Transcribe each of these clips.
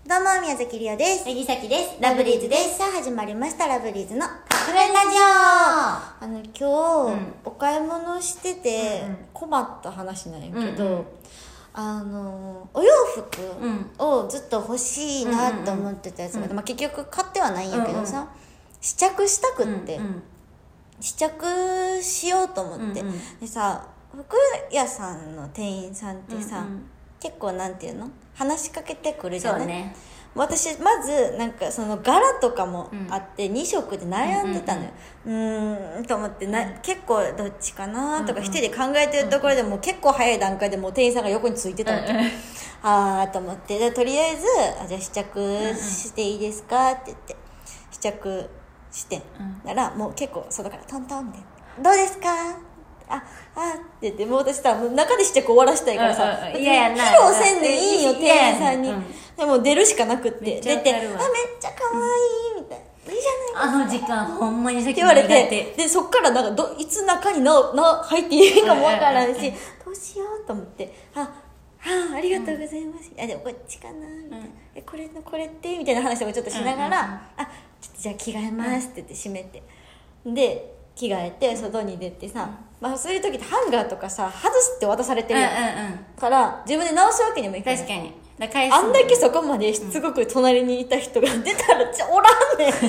どうも、宮崎りおです。 杉崎です。 ラブリーズです。さあ、始まりました、ラブリーズの隠れラジ今日、お買い物してて、困った話なんやけど、お洋服をずっと欲しいなと思ってたやつが、まあ、結局買ってはないんやけどさ、試着したくって、試着しようと思って、でさ、服屋さんの店員さんってさ、結構なんていうの、話しかけてくるじゃない。そうね。私まずなんかその柄とかもあって2色で悩んでたのよ。と思って結構どっちかなとか一人で考えてるところでも結構早い段階でもう店員さんが横についてたわけ。あーと思って、でとりあえずじゃあ試着していいですかって言って試着してなら、もう結構外からトントンでどうですかって言って、もう私さ、中で試着終わらしたいからさ、披露せんでいいよ、店員さんに。でも出るしかなくって、出て、めっちゃ可愛いみたいな。いいじゃないですか。あの時間、ほんまにって言われて、で、そっからなんかいつ中に入っていいかもわからんし、どうしようと思って、ありがとうございます。でもこっちかなみたいな。これってみたいな話をちょっとしながら、ちょっとじゃあ着替えますって言って閉めて。で、着替えて外に出てさ、まあそういう時ってハンガーとかさ外すって渡されてるから自分で直すわけにもいかない。 確かに。 あんだけそこまでしつこく隣にいた人が出たらおらんねん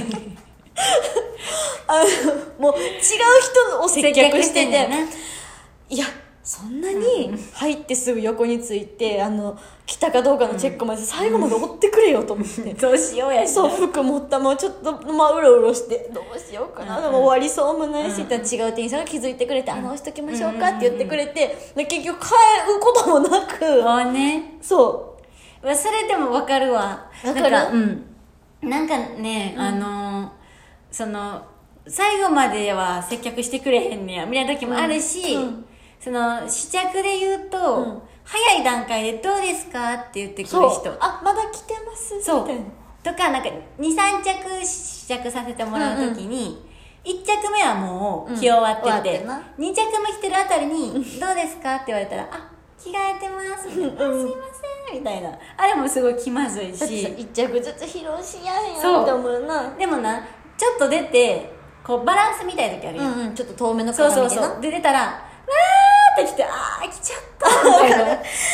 もう違う人を接客してて、いやそんなに入ってすぐ横について来たかどうかのチェックまで最後まで追ってくれよと思って、 どうしようやし、 そう服持ったままちょっとうろうろしてどうしようかな、でも終わりそうもないし、違う店員さんが気づいてくれて直しときましょうかって言ってくれて、で結局買うこともなく、そうそれでも分かるわ。 分かる。 なんかね、その最後までは接客してくれへんねやみたいな時もあるし、その試着で言うと、早い段階でどうですかって言ってくる人、 まだ着てますみたいなとか、なんか 2,3 着試着させてもらう時に、1着目はもう着終わってて、2着目着てるあたりにどうですかって言われたら着替えてますみたいな、すいませんみたいな、あれもすごい気まずいし、 1着ずつ披露しやへんよって思うな。 でもな、ちょっと出てこうバランスみたいな時あるやん、 ちょっと遠めの鏡でな。 そうで出たらわーって来て、来ちゃったみたいなめっちゃ似合い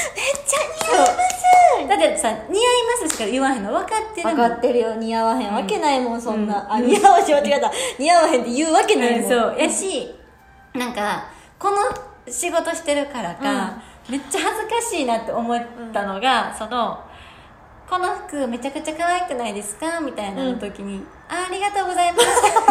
ますだってさ、似合いますしか言わへんの分かってるもん。 分かってるよ、似合わへんわけないもん、そんな。似合わし間違えた、似合わへんって言うわけないもん。 そうやし、なんかこの仕事してるからか、めっちゃ恥ずかしいなって思ったのが、この服めちゃくちゃ可愛くないですかみたいな時に、ありがとうございます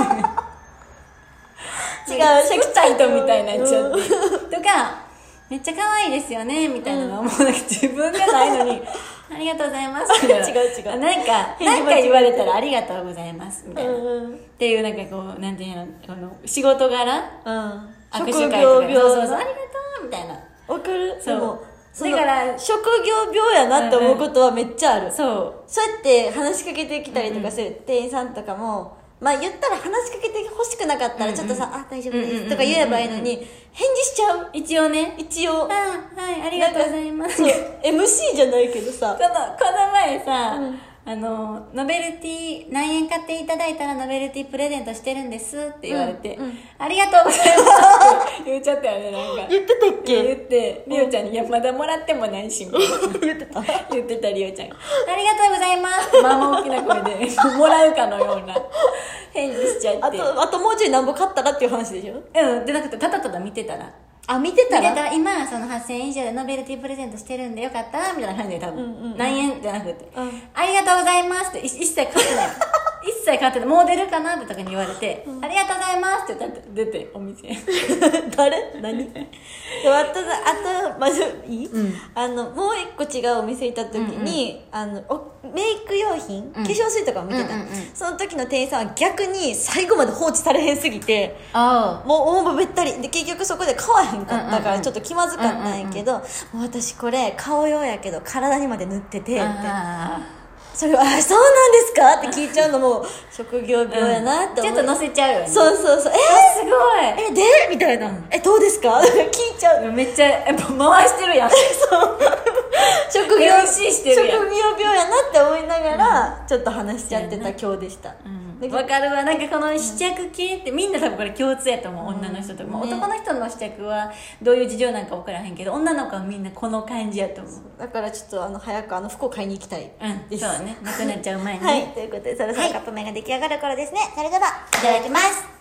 違う、シャキタイトみたいになっちゃってとか、めっちゃ可愛いですよねみたいなのが、もうなんか自分がないのにありがとうございますみたいな違うなんか言われたらありがとうございますみたいな、っていう、なんかこう、なんていうの、仕事柄、 職業病、そうありがとうみたいな。 わかる。 そうだから職業病やなって思うことはめっちゃある。そうやって話しかけてきたりとかする店員さんとかも、まあ言ったら話しかけてほしくなかったらちょっとさ、大丈夫ですとか言えばいいのに、返事しちゃう。 一応ね。はい、ありがとうございます。 そう、MC じゃないけどさ、 この前さ、ノベルティ何円買っていただいたらノベルティプレゼントしてるんですって言われて、ありがとうございますって言っちゃったよね。なんか言ってたっけ。 言ってりおちゃんに、いやまだもらってもないし言ってたりおちゃんがありがとうございますってまあまあ大きな声でもらうかのような返事しちゃって、 あともうちょいなんぼ買ったらっていう話でしょ。 でなくて、ただ見てたら今その8,000円以上でノベルティプレゼントしてるんでよかったらみたいな感じで、多分何円じゃなくて、ありがとうございますって一切買ってない一切買ってない、もう出るかなってとかに言われて、ありがとうございますって言ったら出てお店誰何であとまずいい、もう一個違うお店行った時に、メイク用品、化粧水とかを見てた、その時の店員さんは逆に最後まで放置されへんすぎて、もうべったりで、結局そこで買わへんかったからちょっと気まずかったんやけど、もう私これ顔用やけど体にまで塗っててって、それはそうなんですかって聞いちゃうのも職業病やなってちょっと乗せちゃうよね。 そうすごいでみたいな、どうですか聞いちゃう。 めっちゃやっぱ回してるやんそう職業してるやん。 職業病やなって思いなががちょっと話しちゃってた今日でした。 わかるわ。なんかこの試着系ってみんな多分これ共通やと思う。女の人とか、男の人の試着はどういう事情なんか分からへんけど、女の子はみんなこの感じやと思う。 だからちょっと早く服を買いに行きたいです。そうね、なくなっちゃう前に。 はい、ということでそろそろカップ麺が出来上がる頃ですね。それではいただきます。